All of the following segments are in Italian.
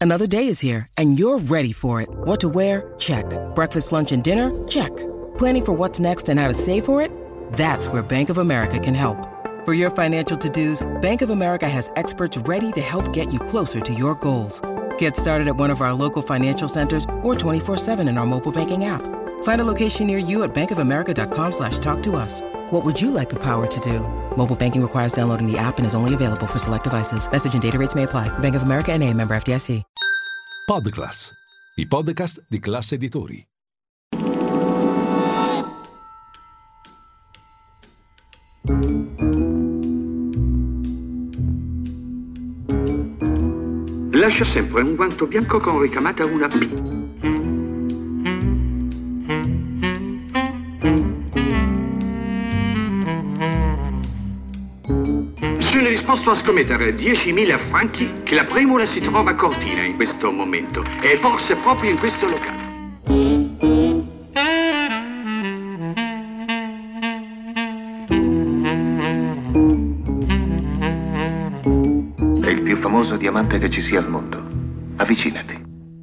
Another day is here, and you're ready for it. What to wear? Check. Breakfast, lunch, and dinner? Check. Planning for what's next and how to save for it? That's where Bank of America can help. For your financial to-dos, Bank of America has experts ready to help get you closer to your goals. Get started at one of our local financial centers or 24/7 in our mobile banking app. Find a location near you at bankofamerica.com/talktous. What would you like the power to do? Mobile banking requires downloading the app and is only available for select devices. Message and data rates may apply. Bank of America N.A., member FDIC. Podclass, i podcast di Classe Editori. Lascia sempre un guanto bianco con ricamata una P. Sono disposto a scommettere 10.000 franchi che la Primula si trova a Cortina in questo momento e forse proprio in questo locale. È il più famoso diamante che ci sia al mondo. Avvicinati.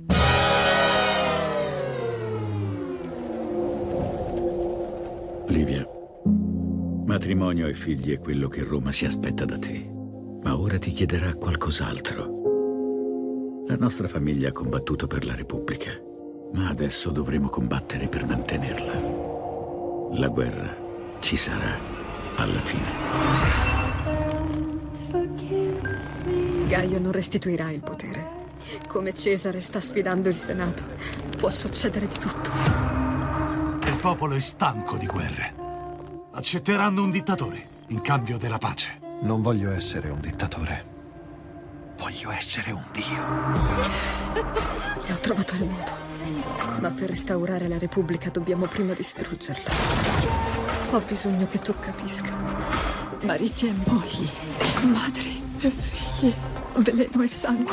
Livia, matrimonio e figli è quello che Roma si aspetta da te. Ma ora ti chiederà qualcos'altro. La nostra famiglia ha combattuto per la Repubblica, ma adesso dovremo combattere per mantenerla. La guerra ci sarà alla fine. Gaio non restituirà il potere. Come Cesare sta sfidando il Senato, può succedere di tutto. Il popolo è stanco di guerre. Accetteranno un dittatore in cambio della pace. Non voglio essere un dittatore. Voglio essere un dio. Ho trovato il modo. Ma per restaurare la Repubblica dobbiamo prima distruggerla. Ho bisogno che tu capisca. Mariti e mogli, madri e figli, veleno e sangue.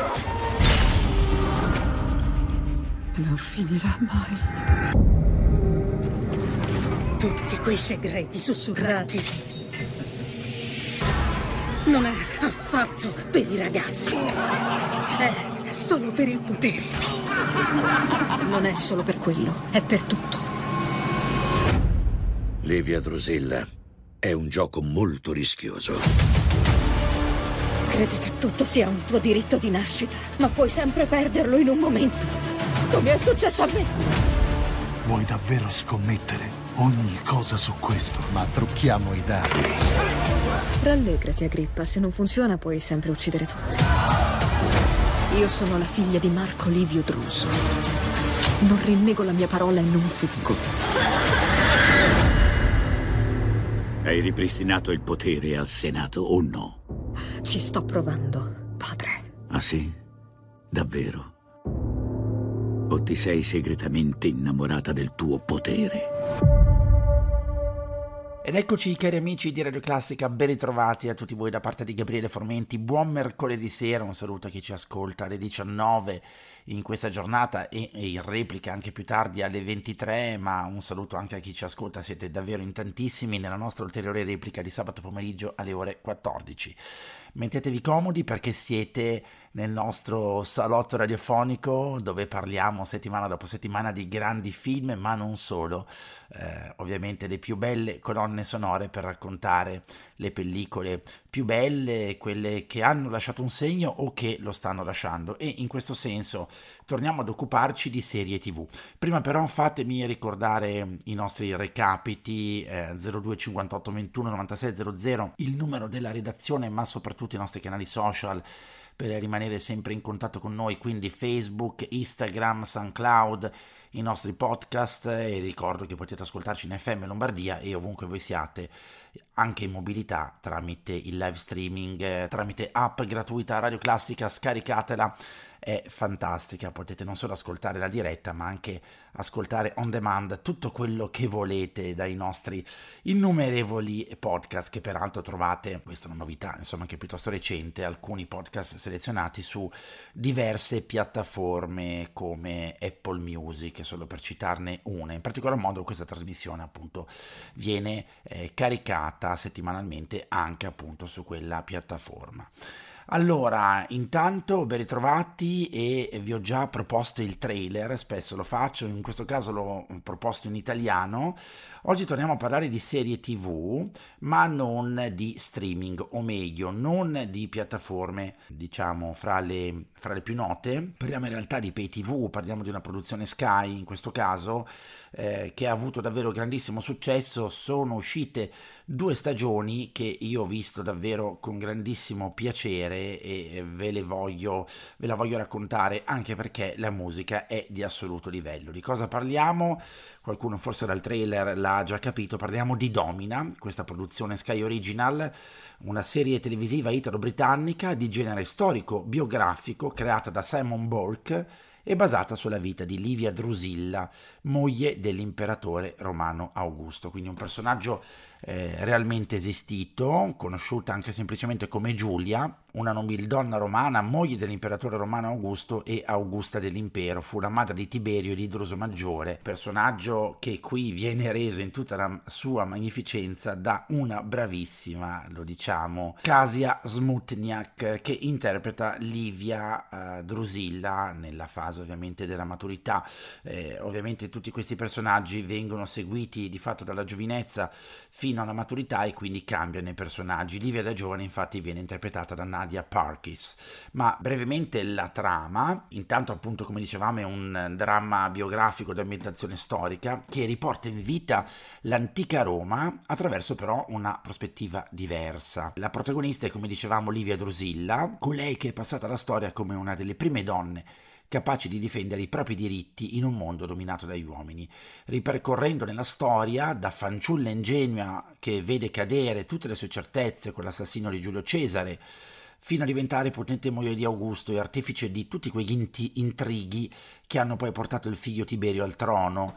Non finirà mai. Tutti quei segreti sussurrati non è affatto per i ragazzi. È solo per il potere. Non è solo per quello, è per tutto. Livia Drusilla, è un gioco molto rischioso. Credi che tutto sia un tuo diritto di nascita, ma puoi sempre perderlo in un momento, come è successo a me. Vuoi davvero scommettere ogni cosa su questo? Ma trucchiamo i dadi. Rallegrati, Agrippa, se non funziona puoi sempre uccidere tutti. Io sono la figlia di Marco Livio Druso. Non rinnego la mia parola e non fuggo. Hai ripristinato il potere al Senato o no? Ci sto provando, padre. Ah sì? Davvero? O ti sei segretamente innamorata del tuo potere? Ed eccoci cari amici di Radio Classica, ben ritrovati a tutti voi da parte di Gabriele Formenti. Buon mercoledì sera, un saluto a chi ci ascolta alle 19 in questa giornata e in replica anche più tardi alle 23, ma un saluto anche a chi ci ascolta, siete davvero in tantissimi nella nostra ulteriore replica di sabato pomeriggio alle ore 14. Mettetevi comodi perché siete nel nostro salotto radiofonico dove parliamo settimana dopo settimana di grandi film, ma non solo, ovviamente le più belle colonne sonore per raccontare le pellicole più belle, quelle che hanno lasciato un segno o che lo stanno lasciando, e in questo senso torniamo ad occuparci di serie TV. Prima però fatemi ricordare i nostri recapiti 02 58 21 96 00, il numero della redazione, ma soprattutto i nostri canali social per rimanere sempre in contatto con noi, quindi Facebook, Instagram, SoundCloud, i nostri podcast, e ricordo che potete ascoltarci in FM Lombardia e ovunque voi siate, anche in mobilità tramite il live streaming, tramite app gratuita Radio Classica, scaricatela, è fantastica, potete non solo ascoltare la diretta ma anche ascoltare on demand tutto quello che volete dai nostri innumerevoli podcast, che peraltro trovate, questa è una novità insomma che è piuttosto recente, alcuni podcast selezionati su diverse piattaforme come Apple Music, solo per citarne una. In particolar modo questa trasmissione appunto viene caricata settimanalmente anche appunto su quella piattaforma. Allora, intanto ben ritrovati, e vi ho già proposto il trailer, spesso lo faccio, in questo caso l'ho proposto in italiano. Oggi torniamo a parlare di serie TV, ma non di streaming, o meglio, non di piattaforme, diciamo, fra le più note. Parliamo in realtà di pay TV, parliamo di una produzione Sky, in questo caso, che ha avuto davvero grandissimo successo. Sono uscite 2 stagioni che io ho visto davvero con grandissimo piacere e ve la voglio raccontare, anche perché la musica è di assoluto livello. Di cosa parliamo? Qualcuno forse dal trailer l'ha già capito, parliamo di Domina, questa produzione Sky Original, una serie televisiva italo-britannica di genere storico-biografico creata da Simon Burke e basata sulla vita di Livia Drusilla, moglie dell'imperatore romano Augusto, quindi un personaggio realmente esistito, conosciuta anche semplicemente come Giulia, una nobildonna romana, moglie dell'imperatore romano Augusto e Augusta dell'impero. Fu la madre di Tiberio e di Druso Maggiore, personaggio che qui viene reso in tutta la sua magnificenza da una bravissima, lo diciamo, Kasia Smutniak, che interpreta Livia Drusilla nella fase ovviamente della maturità. Ovviamente tutti questi personaggi vengono seguiti di fatto dalla giovinezza fino alla maturità e quindi cambiano i personaggi. Livia da giovane infatti viene interpretata da Nadia Parkis. Ma brevemente la trama, intanto appunto come dicevamo è un dramma biografico di ambientazione storica che riporta in vita l'antica Roma attraverso però una prospettiva diversa. La protagonista è, come dicevamo, Livia Drusilla, colei che è passata alla storia come una delle prime donne capaci di difendere i propri diritti in un mondo dominato dagli uomini, ripercorrendo nella storia da fanciulla ingenua che vede cadere tutte le sue certezze con l'assassino di Giulio Cesare, fino a diventare potente moglie di Augusto e artefice di tutti quegli intrighi che hanno poi portato il figlio Tiberio al trono.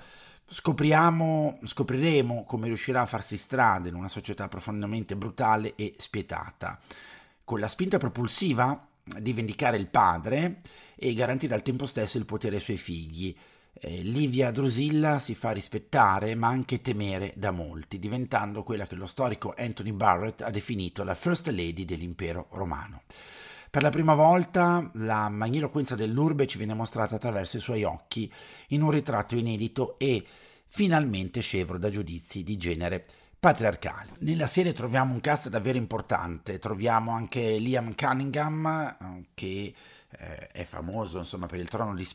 Scopriremo come riuscirà a farsi strada in una società profondamente brutale e spietata, con la spinta propulsiva di vendicare il padre e garantire al tempo stesso il potere ai suoi figli. Livia Drusilla si fa rispettare ma anche temere da molti, diventando quella che lo storico Anthony Barrett ha definito la First Lady dell'impero romano. Per la prima volta la magniloquenza dell'urbe ci viene mostrata attraverso i suoi occhi in un ritratto inedito e finalmente scevro da giudizi di genere patriarcali. Nella serie troviamo un cast davvero importante, troviamo anche Liam Cunningham, che è famoso insomma per il Trono di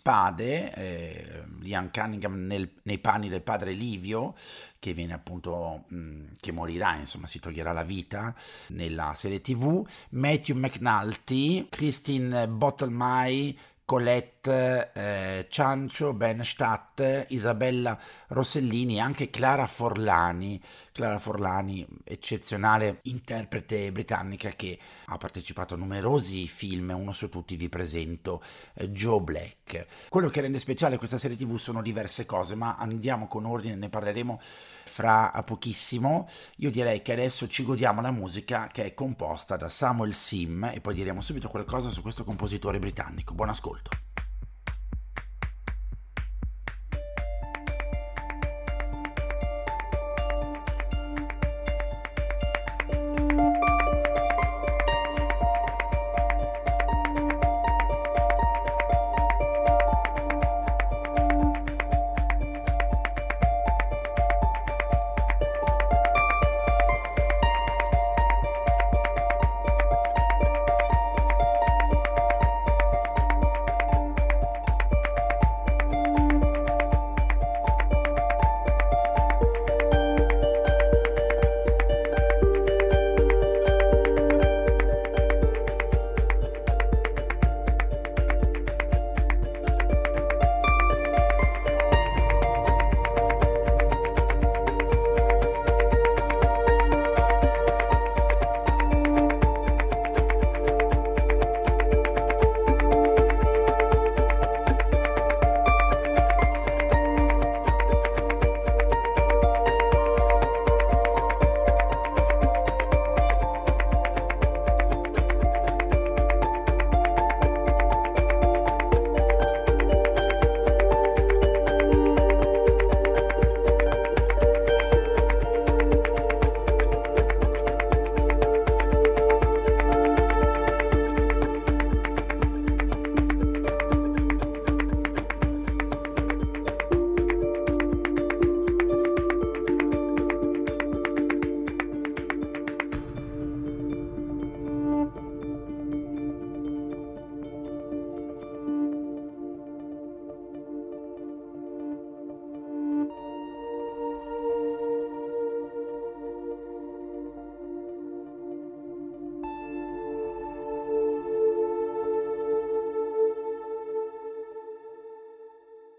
Spade, Liam Cunningham nei panni del padre Livio, che viene appunto che morirà, insomma si toglierà la vita nella serie TV, Matthew McNulty, Christine Bottomley, Colette Ciancio, Ben Stadt, Isabella Rossellini e anche Clara Forlani, eccezionale interprete britannica che ha partecipato a numerosi film, uno su tutti vi presento Joe Black. Quello che rende speciale questa serie TV sono diverse cose, ma andiamo con ordine, ne parleremo fra pochissimo. Io direi che adesso ci godiamo la musica che è composta da Samuel Sim e poi diremo subito qualcosa su questo compositore britannico. Buon ascolto.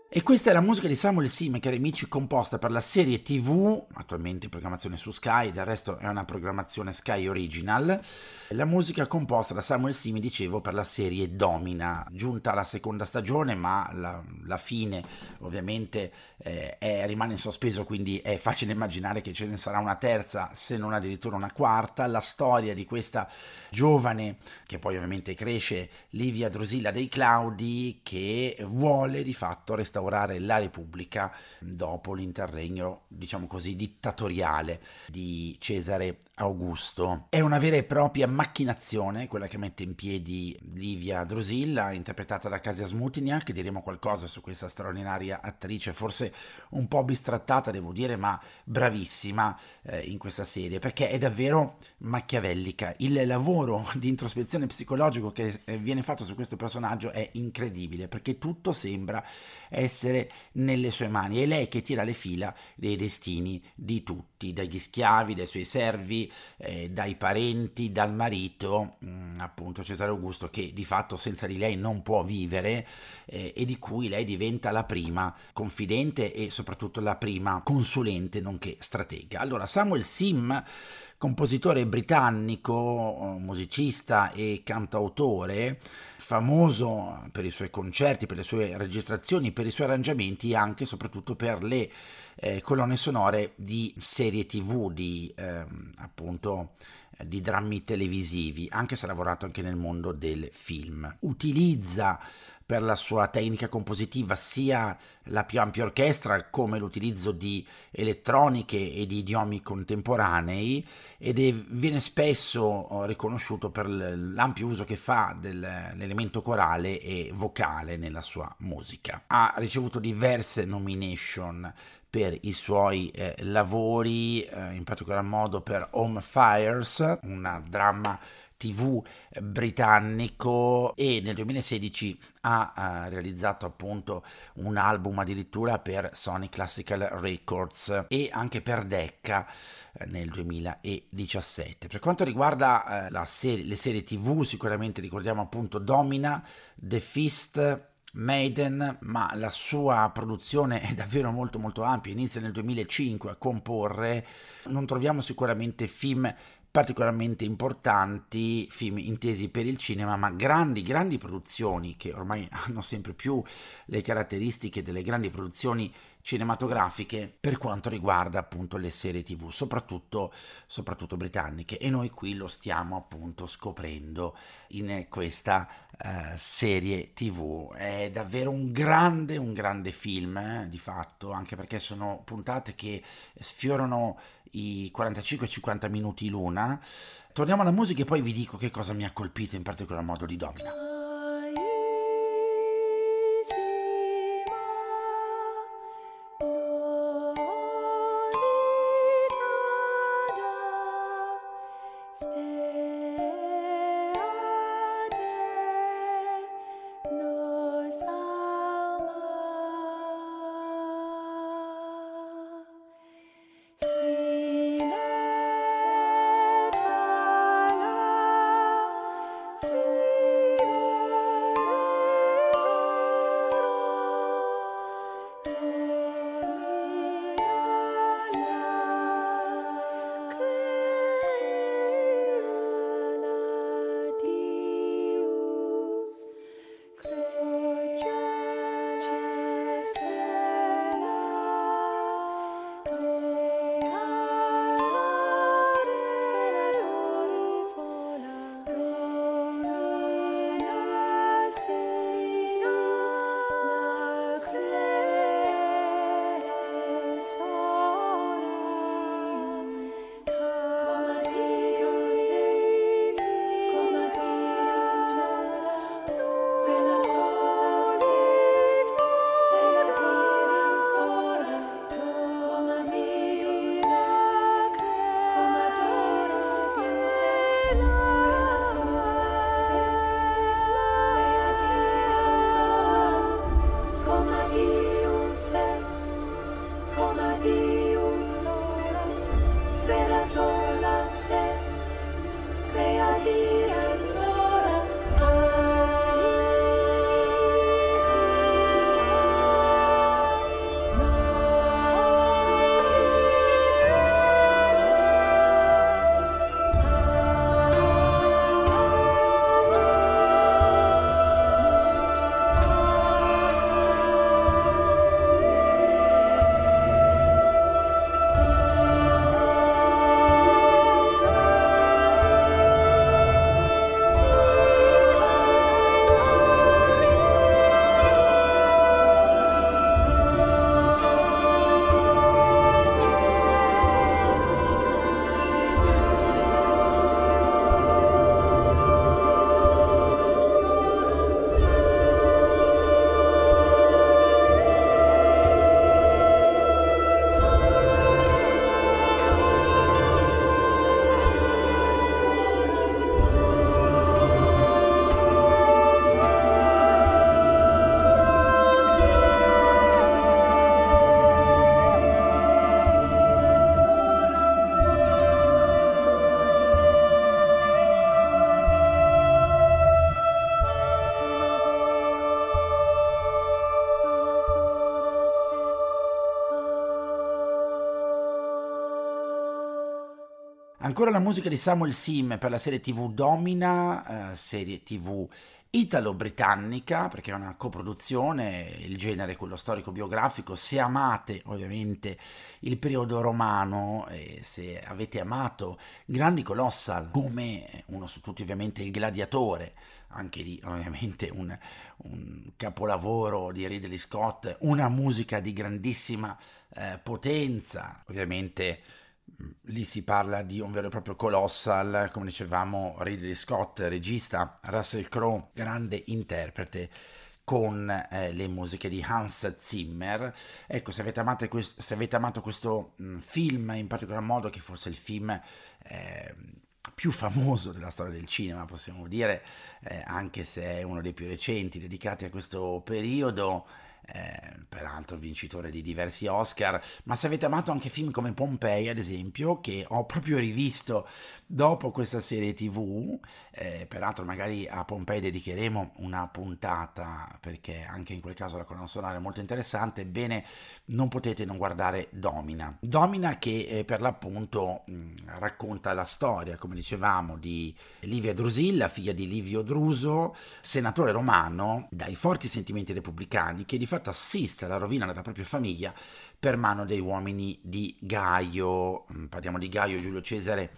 E questa è la musica di Samuel Sim, cari amici, composta per la serie TV, attualmente in programmazione su Sky, del resto è una programmazione Sky Original. La musica composta da Samuel Sim, dicevo, per la serie Domina, giunta alla seconda stagione, ma la fine ovviamente rimane in sospeso, quindi è facile immaginare che ce ne sarà una terza, se non addirittura una quarta. La storia di questa giovane, che poi ovviamente cresce, Livia Drusilla dei Claudi, che vuole di fatto restaurare la Repubblica dopo l'interregno, diciamo così, dittatoriale di Cesare Augusto. È una vera e propria macchinazione quella che mette in piedi Livia Drusilla, interpretata da Kasia Smutniak. Diremo qualcosa su questa straordinaria attrice, forse un po' bistrattata, devo dire, ma bravissima in questa serie, perché è davvero machiavellica. Il lavoro di introspezione psicologico che viene fatto su questo personaggio è incredibile, perché tutto sembra essere nelle sue mani. È lei che tira le fila dei destini di tutti, dagli schiavi, dai suoi servi, dai parenti, dal marito, appunto Cesare Augusto, che di fatto senza di lei non può vivere, e di cui lei diventa la prima confidente e soprattutto la prima consulente nonché stratega. Allora, Samuel Sim, compositore britannico, musicista e cantautore, famoso per i suoi concerti, per le sue registrazioni, per i suoi arrangiamenti e anche e soprattutto per le colonne sonore di serie TV, di appunto di drammi televisivi, anche se ha lavorato anche nel mondo del film. Utilizza per la sua tecnica compositiva sia la più ampia orchestra come l'utilizzo di elettroniche e di idiomi contemporanei, ed viene spesso riconosciuto per l'ampio uso che fa dell'elemento corale e vocale nella sua musica. Ha ricevuto diverse nomination per i suoi lavori, in particolar modo per Home Fires, un dramma TV britannico, e nel 2016 ha realizzato appunto un album addirittura per Sony Classical Records e anche per Decca nel 2017. Per quanto riguarda le serie TV, sicuramente ricordiamo appunto Domina, The Fist, Maiden, ma la sua produzione è davvero molto molto ampia. Inizia nel 2005 a comporre. Non troviamo sicuramente film particolarmente importanti, film intesi per il cinema, ma grandi produzioni che ormai hanno sempre più le caratteristiche delle grandi produzioni cinematografiche per quanto riguarda appunto le serie TV, soprattutto britanniche, e noi qui lo stiamo appunto scoprendo in questa serie TV. È davvero un grande film, di fatto, anche perché sono puntate che sfiorano i 45-50 minuti l'una. Torniamo alla musica e poi vi dico che cosa mi ha colpito in particolar modo di Domina. Ancora la musica di Samuel Sim per la serie TV Domina, serie TV italo-britannica, perché è una coproduzione, il genere è quello storico-biografico. Se amate ovviamente il periodo romano, se avete amato grandi colossal come uno su tutti ovviamente Il Gladiatore, anche lì ovviamente un capolavoro di Ridley Scott, una musica di grandissima potenza, ovviamente lì si parla di un vero e proprio colossal, come dicevamo, Ridley Scott, regista, Russell Crowe, grande interprete, con le musiche di Hans Zimmer. Ecco, se avete amato questo film, in particolar modo, che forse è il film più famoso della storia del cinema, possiamo dire, anche se è uno dei più recenti dedicati a questo periodo, peraltro vincitore di diversi Oscar. Ma se avete amato anche film come Pompei, ad esempio, che ho proprio rivisto dopo questa serie TV, peraltro magari a Pompei dedicheremo una puntata, perché anche in quel caso la colonna sonora è molto interessante, bene, non potete non guardare Domina, che per l'appunto racconta la storia, come dicevamo, di Livia Drusilla, figlia di Livio Druso, senatore romano dai forti sentimenti repubblicani, che di fatto assiste alla rovina della propria famiglia per mano dei uomini di Gaio. Parliamo di Gaio Giulio Cesare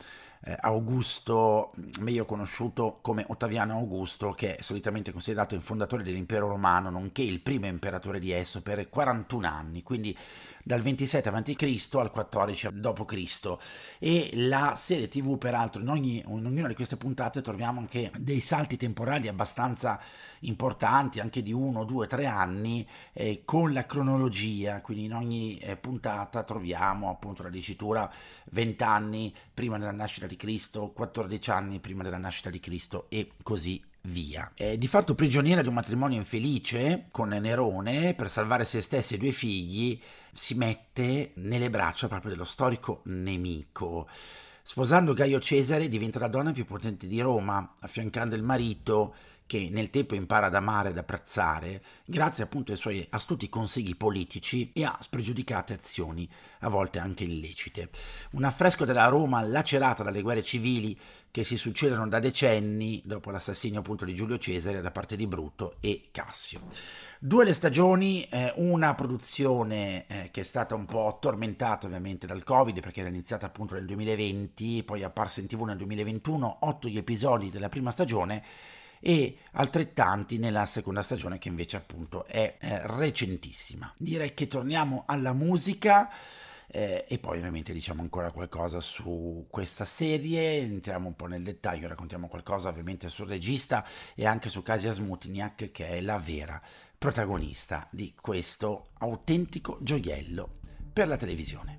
Augusto, meglio conosciuto come Ottaviano Augusto, che è solitamente considerato il fondatore dell'impero romano, nonché il primo imperatore di esso per 41 anni, quindi dal 27 a.C. al 14 d.C. E la serie TV, peraltro, in ognuna di queste puntate troviamo anche dei salti temporali abbastanza importanti, anche di 1, 2, 3 anni, con la cronologia. Quindi in ogni puntata troviamo appunto la dicitura 20 anni prima della nascita di Cristo, 14 anni prima della nascita di Cristo e così via. Di fatto prigioniera di un matrimonio infelice con Nerone, per salvare se stessi e 2 figli, si mette nelle braccia proprio dello storico nemico. Sposando Gaio Cesare diventa la donna più potente di Roma, affiancando il marito che nel tempo impara ad amare e ad apprezzare, grazie appunto ai suoi astuti consigli politici e a spregiudicate azioni, a volte anche illecite. Un affresco della Roma lacerata dalle guerre civili che si succedono da decenni dopo l'assassinio appunto di Giulio Cesare da parte di Bruto e Cassio. 2 le stagioni, una produzione che è stata un po' tormentata ovviamente dal Covid, perché era iniziata appunto nel 2020, poi è apparsa in TV nel 2021, 8 gli episodi della prima stagione e altrettanti nella seconda stagione, che invece appunto è recentissima. Direi che torniamo alla musica e poi ovviamente diciamo ancora qualcosa su questa serie, entriamo un po' nel dettaglio, raccontiamo qualcosa ovviamente sul regista e anche su Kasia Smutniak, che è la vera protagonista di questo autentico gioiello per la televisione.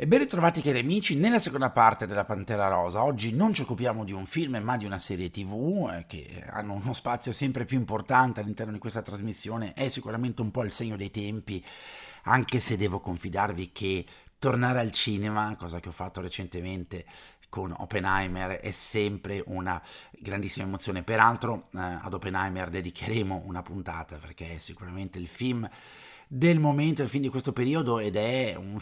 Ben ritrovati cari amici, nella seconda parte della Pantera Rosa. Oggi non ci occupiamo di un film ma di una serie TV che hanno uno spazio sempre più importante all'interno di questa trasmissione. È sicuramente un po' il segno dei tempi, anche se devo confidarvi che tornare al cinema, cosa che ho fatto recentemente con Oppenheimer, è sempre una grandissima emozione. Peraltro ad Oppenheimer dedicheremo una puntata perché è sicuramente il film del momento, il film di questo periodo, ed è un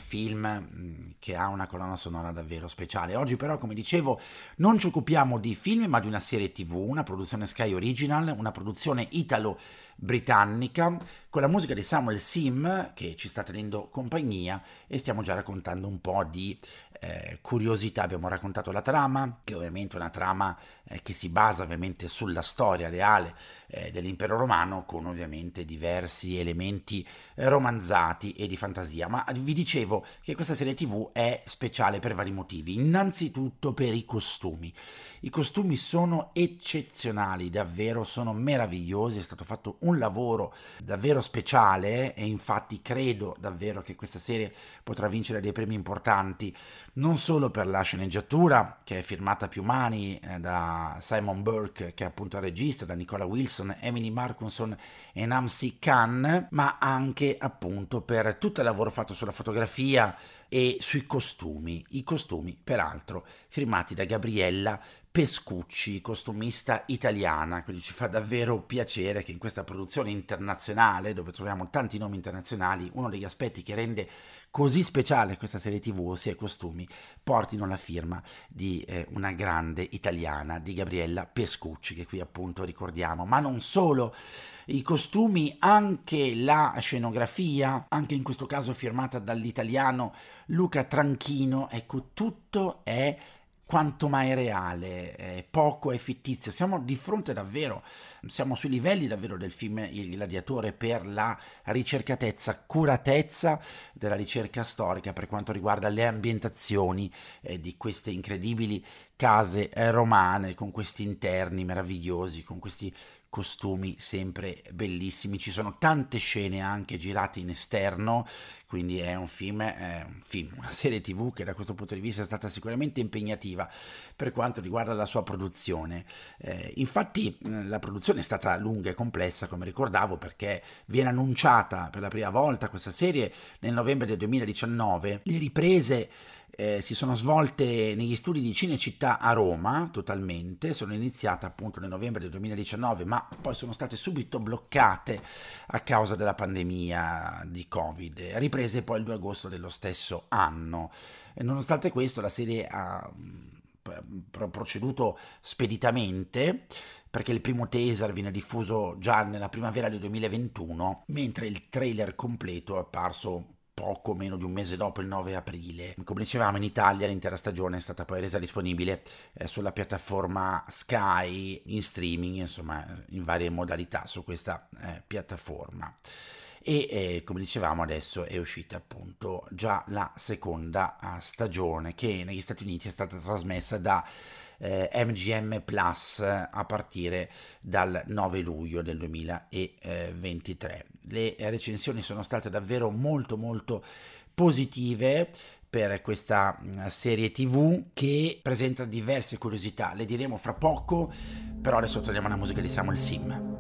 film che ha una colonna sonora davvero speciale. Oggi però, come dicevo, non ci occupiamo di film ma di una serie TV, una produzione Sky Original, una produzione italo-britannica con la musica di Samuel Sim che ci sta tenendo compagnia, e stiamo già raccontando un po' di curiosità. Abbiamo raccontato la trama, che ovviamente è una trama che si basa ovviamente sulla storia reale dell'impero romano, con ovviamente diversi elementi romanzati e di fantasia. Ma vi dicevo che questa serie TV è speciale per vari motivi. Innanzitutto per i costumi. I costumi sono eccezionali, davvero sono meravigliosi, è stato fatto un lavoro davvero speciale e infatti credo davvero che questa serie potrà vincere dei premi importanti, non solo per la sceneggiatura, che è firmata a più mani da Simon Burke, che è appunto il regista, da Nicola Wilson, Emily Markinson e Namsi Khan, ma anche appunto per tutto il lavoro fatto sulla fotografia e sui costumi. I costumi, peraltro, firmati da Gabriella Pescucci, costumista italiana, quindi ci fa davvero piacere che in questa produzione internazionale, dove troviamo tanti nomi internazionali, uno degli aspetti che rende così speciale questa serie TV, ossia i costumi, portino la firma di una grande italiana, di Gabriella Pescucci, che qui appunto ricordiamo. Ma non solo i costumi, anche la scenografia, anche in questo caso firmata dall'italiano Luca Tranchino. Ecco, tutto è quanto mai reale, poco è fittizio. Siamo di fronte davvero, siamo sui livelli davvero del film Il Gladiatore per la ricercatezza, curatezza della ricerca storica per quanto riguarda le ambientazioni di queste incredibili case romane, con questi interni meravigliosi, con questi costumi sempre bellissimi. Ci sono tante scene anche girate in esterno, quindi è un film, una serie TV che da questo punto di vista è stata sicuramente impegnativa per quanto riguarda la sua produzione. Infatti la produzione è stata lunga e complessa, come ricordavo, perché viene annunciata per la prima volta questa serie nel novembre del 2019. Le riprese si sono svolte negli studi di Cinecittà a Roma, totalmente, sono iniziate appunto nel novembre del 2019, ma poi sono state subito bloccate a causa della pandemia di Covid, riprese poi il 2 agosto dello stesso anno. E nonostante questo la serie ha proceduto speditamente, perché il primo teaser viene diffuso già nella primavera del 2021, mentre il trailer completo è apparso poco meno di un mese dopo, il 9 aprile. Come dicevamo, in Italia l'intera stagione è stata poi resa disponibile sulla piattaforma Sky, in streaming, insomma in varie modalità su questa piattaforma. E come dicevamo, adesso è uscita appunto già la seconda stagione, che negli Stati Uniti è stata trasmessa da MGM Plus a partire dal 9 luglio del 2023. Le recensioni sono state davvero molto positive per questa serie TV, che presenta diverse curiosità, le diremo fra poco, però adesso torniamo alla musica di Samuel Sim.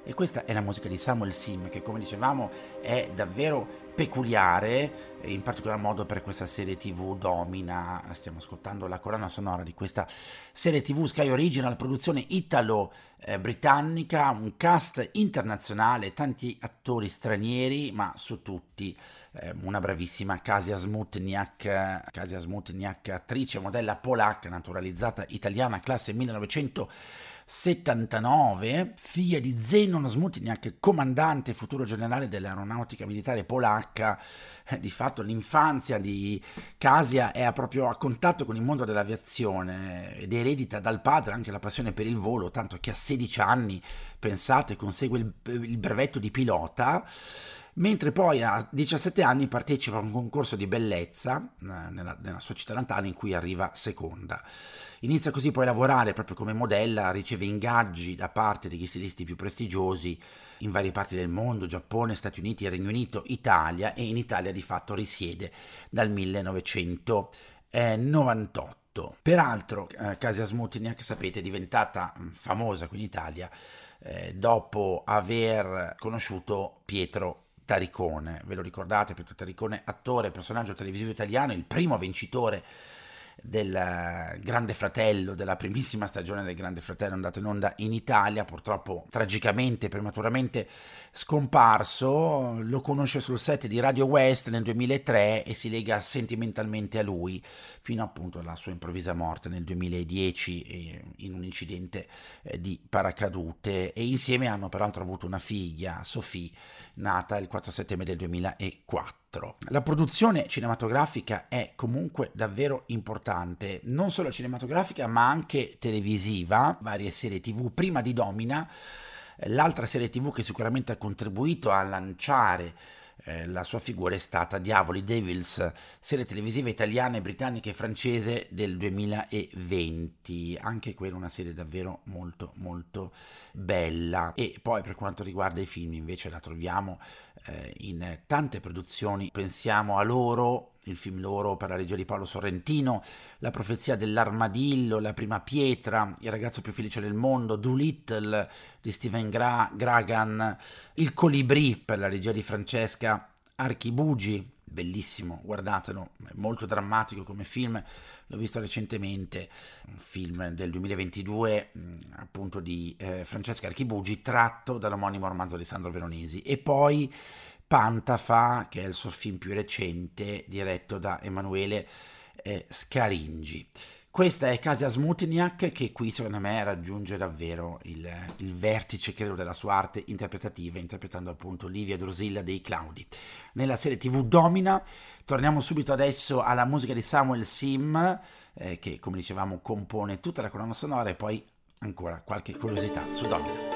E questa è la musica di Samuel Sim, che come dicevamo è davvero peculiare, in particolar modo per questa serie TV Domina. Stiamo ascoltando la colonna sonora di questa serie TV Sky Original, produzione italo-britannica, un cast internazionale, tanti attori stranieri, ma su tutti una bravissima Kasia Smutniak, attrice, modella polacca, naturalizzata italiana, classe 1979, figlia di Zenon Smutniak, comandante futuro generale dell'aeronautica militare polacca. Di fatto l'infanzia di Kasia è proprio a contatto con il mondo dell'aviazione ed eredita dal padre anche la passione per il volo, tanto che a 16 anni, pensate, consegue il brevetto di pilota, mentre poi a 17 anni partecipa a un concorso di bellezza nella sua città natale, in cui arriva seconda. Inizia così poi a lavorare proprio come modella, riceve ingaggi da parte degli stilisti più prestigiosi in varie parti del mondo, Giappone, Stati Uniti, Regno Unito, Italia, e in Italia di fatto risiede dal 1998. Peraltro Kasia Smutniak, sapete, è diventata famosa qui in Italia dopo aver conosciuto Pietro Taricone. Ve lo ricordate? Pietro Taricone, attore, personaggio televisivo italiano, il primo vincitore del Grande Fratello, della primissima stagione del Grande Fratello andato in onda in Italia, purtroppo tragicamente, prematuramente scomparso. Lo conosce sul set di Radio West nel 2003 e si lega sentimentalmente a lui fino appunto alla sua improvvisa morte nel 2010 in un incidente di paracadute, e insieme hanno peraltro avuto una figlia, Sophie, nata il 4 settembre del 2004. La produzione cinematografica è comunque davvero importante, non solo cinematografica ma anche televisiva, varie serie TV prima di Domina. L'altra serie TV che sicuramente ha contribuito a lanciare la sua figura è stata Diavoli, Devils, serie televisiva italiana, britannica e francese del 2020, anche quella una serie davvero molto molto bella. E poi per quanto riguarda i film invece la troviamo in tante produzioni, pensiamo a Loro, il film Loro per la regia di Paolo Sorrentino, La profezia dell'armadillo, La prima pietra, Il ragazzo più felice del mondo, Doolittle di Steven Gragan, Il colibrì per la regia di Francesca Archibugi, bellissimo, guardatelo, è molto drammatico come film, l'ho visto recentemente, un film del 2022 appunto di Francesca Archibugi, tratto dall'omonimo romanzo di Sandro Veronesi. E poi Pantafa, che è il suo film più recente, diretto da Emanuele Scaringi. Questa è Kasia Smutniak, che qui secondo me raggiunge davvero il vertice, credo, della sua arte interpretativa, interpretando appunto Livia Drusilla dei Claudi nella serie TV Domina. Torniamo subito adesso alla musica di Samuel Sim, che come dicevamo compone tutta la colonna sonora, e poi ancora qualche curiosità su Domina.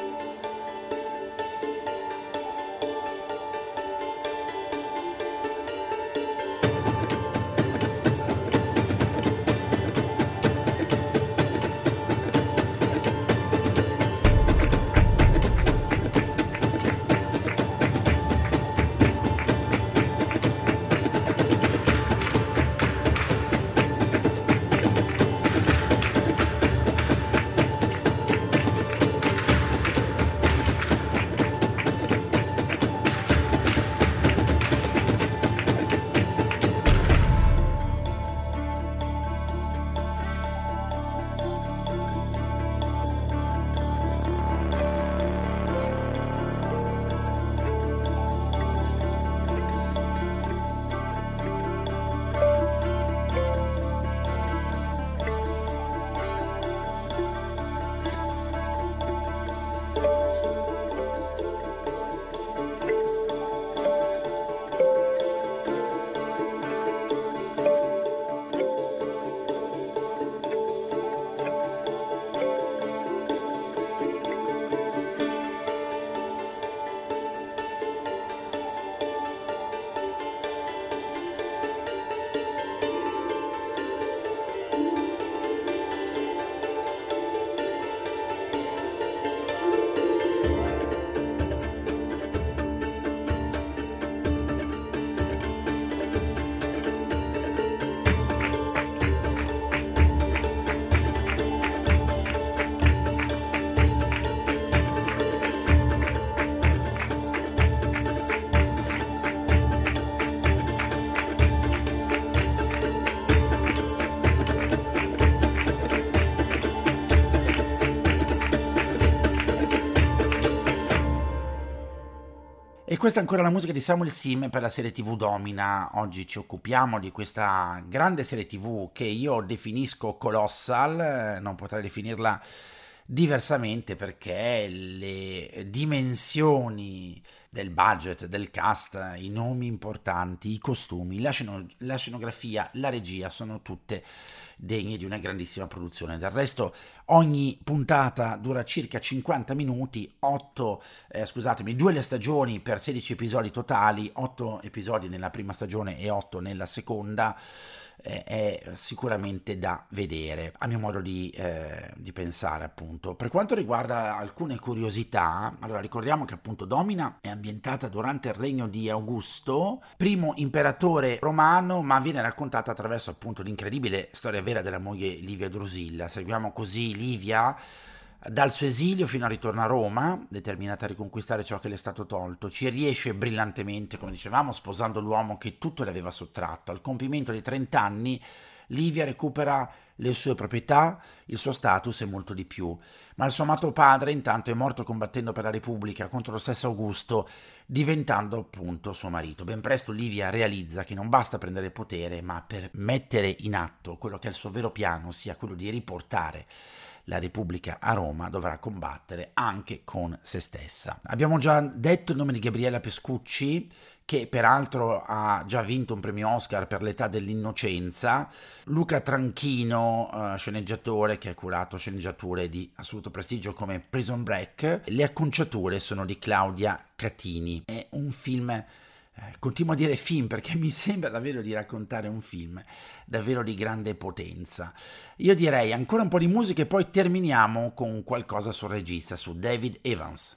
questa è ancora la musica di Samuel Sim per la serie TV Domina. Oggi ci occupiamo di questa grande serie TV che io definisco colossal, non potrei definirla diversamente perché le dimensioni del budget, del cast, i nomi importanti, i costumi, la scenografia, la regia sono tutte degne di una grandissima produzione. Del resto ogni puntata dura circa 50 minuti, 2 le stagioni per 16 episodi totali, 8 episodi nella prima stagione e 8 nella seconda. È sicuramente da vedere, a mio modo di pensare, appunto. Per quanto riguarda alcune curiosità, allora ricordiamo che appunto Domina è ambientata durante il regno di Augusto, primo imperatore romano, ma viene raccontata attraverso appunto l'incredibile storia vera della moglie Livia Drusilla. Seguiamo così Livia dal suo esilio fino al ritorno a Roma, determinata a riconquistare ciò che le è stato tolto. Ci riesce brillantemente, come dicevamo, sposando l'uomo che tutto le aveva sottratto. Al compimento dei 30 anni Livia recupera le sue proprietà, il suo status e molto di più. Ma il suo amato padre intanto è morto combattendo per la Repubblica contro lo stesso Augusto, diventando appunto suo marito. Ben presto Livia realizza che non basta prendere il potere, ma per mettere in atto quello che è il suo vero piano, sia quello di riportare la Repubblica a Roma, dovrà combattere anche con se stessa. Abbiamo già detto il nome di Gabriella Pescucci, che peraltro ha già vinto un premio Oscar per L'età dell'innocenza. Luca Tranchino, sceneggiatore che ha curato sceneggiature di assoluto prestigio come Prison Break. Le acconciature sono di Claudia Catini. È un film, continuo a dire film perché mi sembra davvero di raccontare un film davvero di grande potenza. Io direi ancora un po' di musica e poi terminiamo con qualcosa sul regista, su David Evans.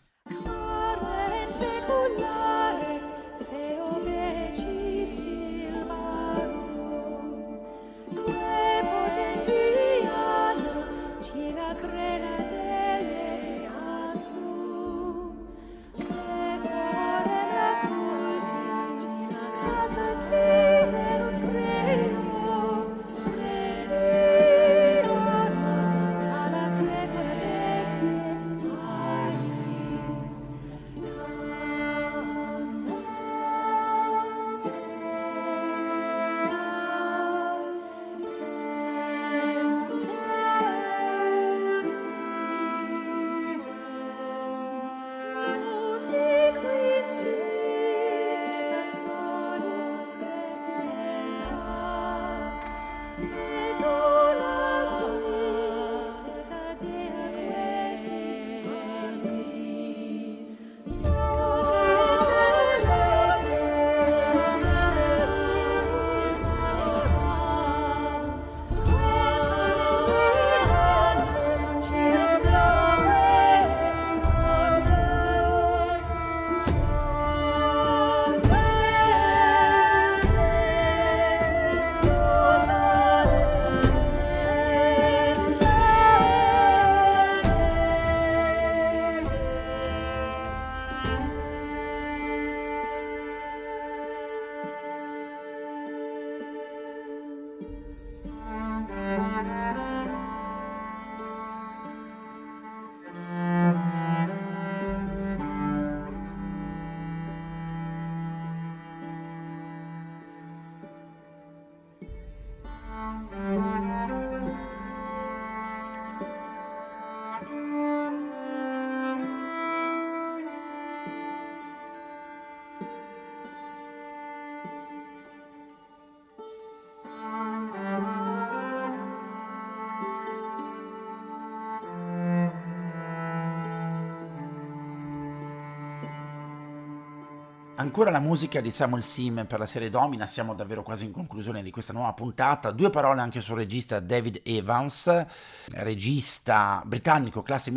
Ancora la musica di Samuel Sim per la serie Domina, siamo davvero quasi in conclusione di questa nuova puntata. Due parole anche sul regista David Evans, regista britannico, classe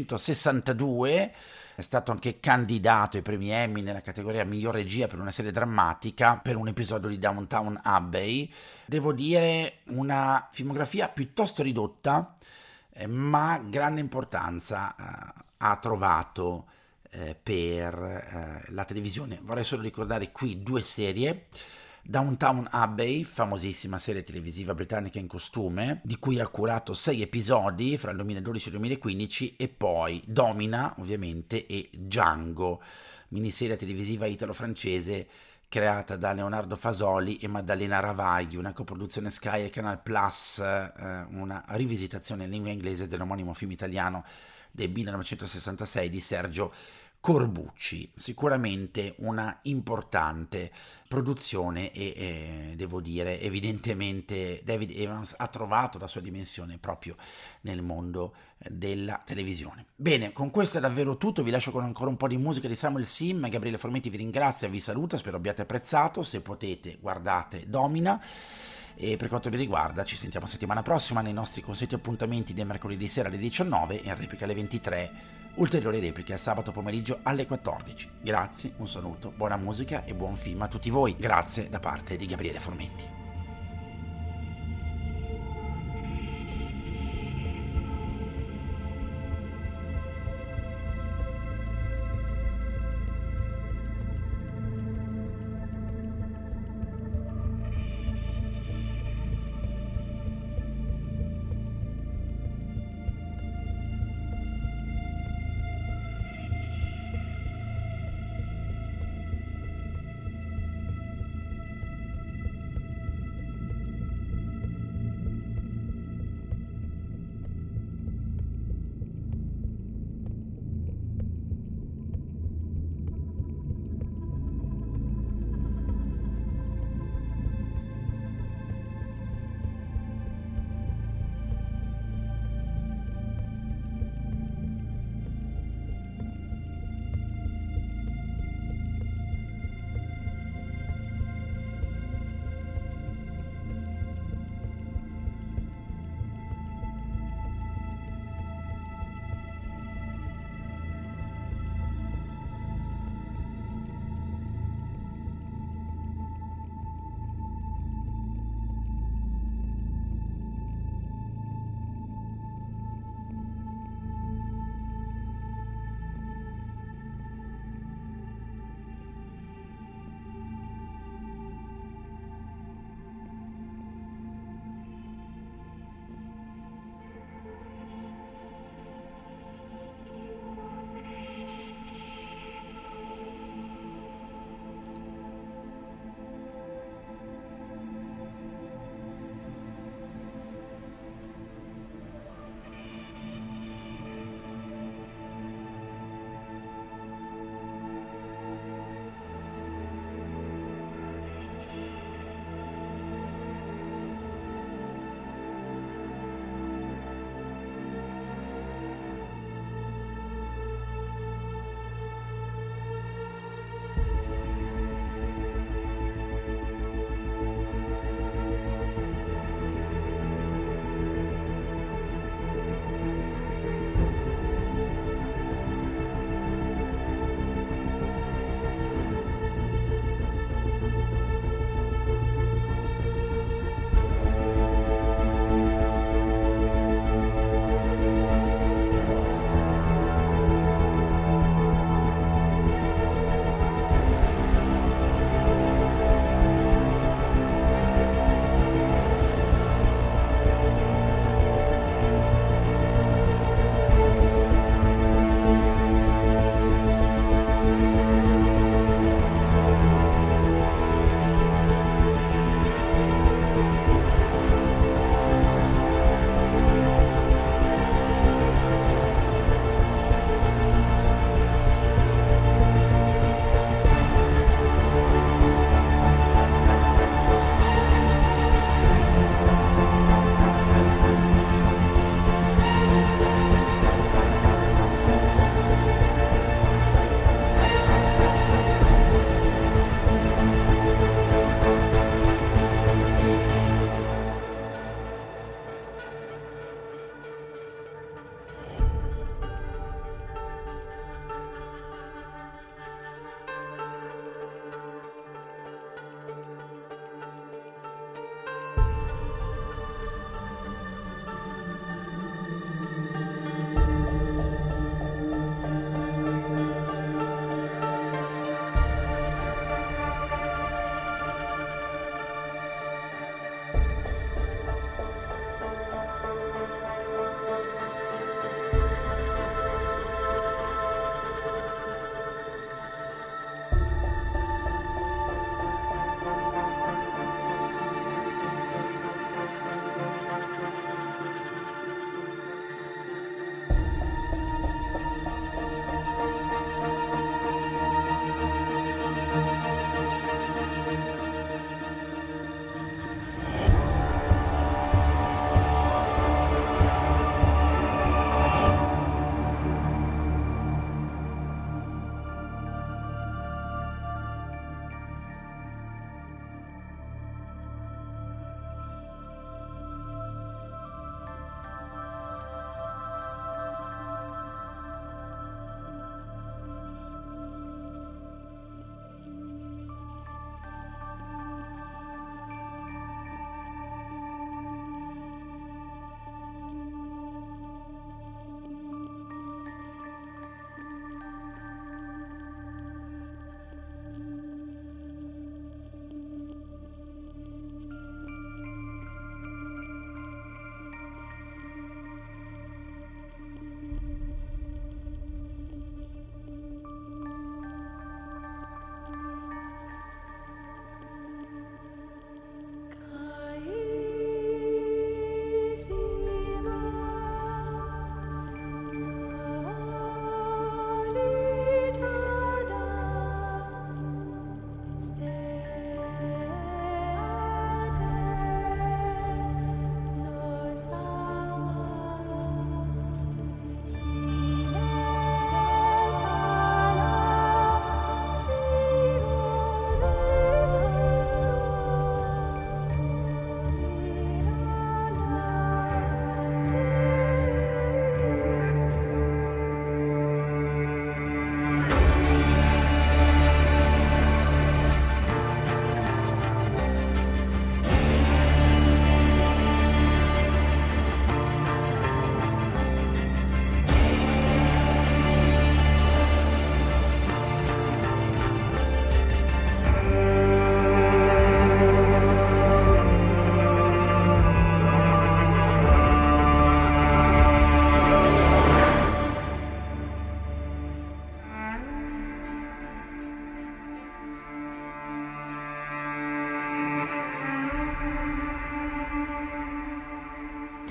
1962, è stato anche candidato ai premi Emmy nella categoria miglior regia per una serie drammatica per un episodio di Downton Abbey. Devo dire una filmografia piuttosto ridotta, ma grande importanza ha trovato per la televisione. Vorrei solo ricordare qui due serie: Downton Abbey, famosissima serie televisiva britannica in costume, di cui ha curato 6 episodi fra il 2012 e il 2015, e poi Domina, ovviamente, e Django, miniserie televisiva italo-francese creata da Leonardo Fasoli e Maddalena Ravaghi, una coproduzione Sky e Canal Plus, una rivisitazione in lingua inglese dell'omonimo film italiano del 1966 di Sergio Corbucci. Sicuramente una importante produzione e devo dire evidentemente David Evans ha trovato la sua dimensione proprio nel mondo della televisione. Bene, con questo è davvero tutto, vi lascio con ancora un po' di musica di Samuel Sim. Gabriele Formenti vi ringrazia, vi saluta, spero abbiate apprezzato. Se potete guardate Domina. E per quanto mi riguarda ci sentiamo settimana prossima nei nostri consueti appuntamenti del mercoledì sera alle 19 e in replica alle 23, ulteriori repliche al sabato pomeriggio alle 14. Grazie, un saluto, buona musica e buon film a tutti voi. Grazie da parte di Gabriele Formenti.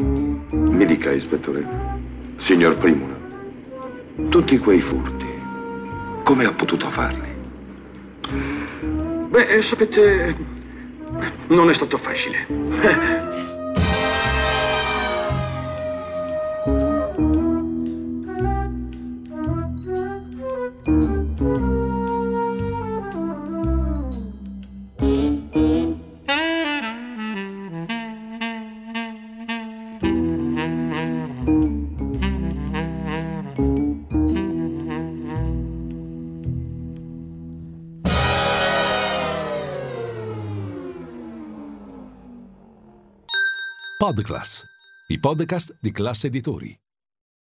Mi dica, ispettore, signor Primula, tutti quei furti, come ha potuto farli? Beh, sapete, non è stato facile. Podclass, i podcast di Classe Editori.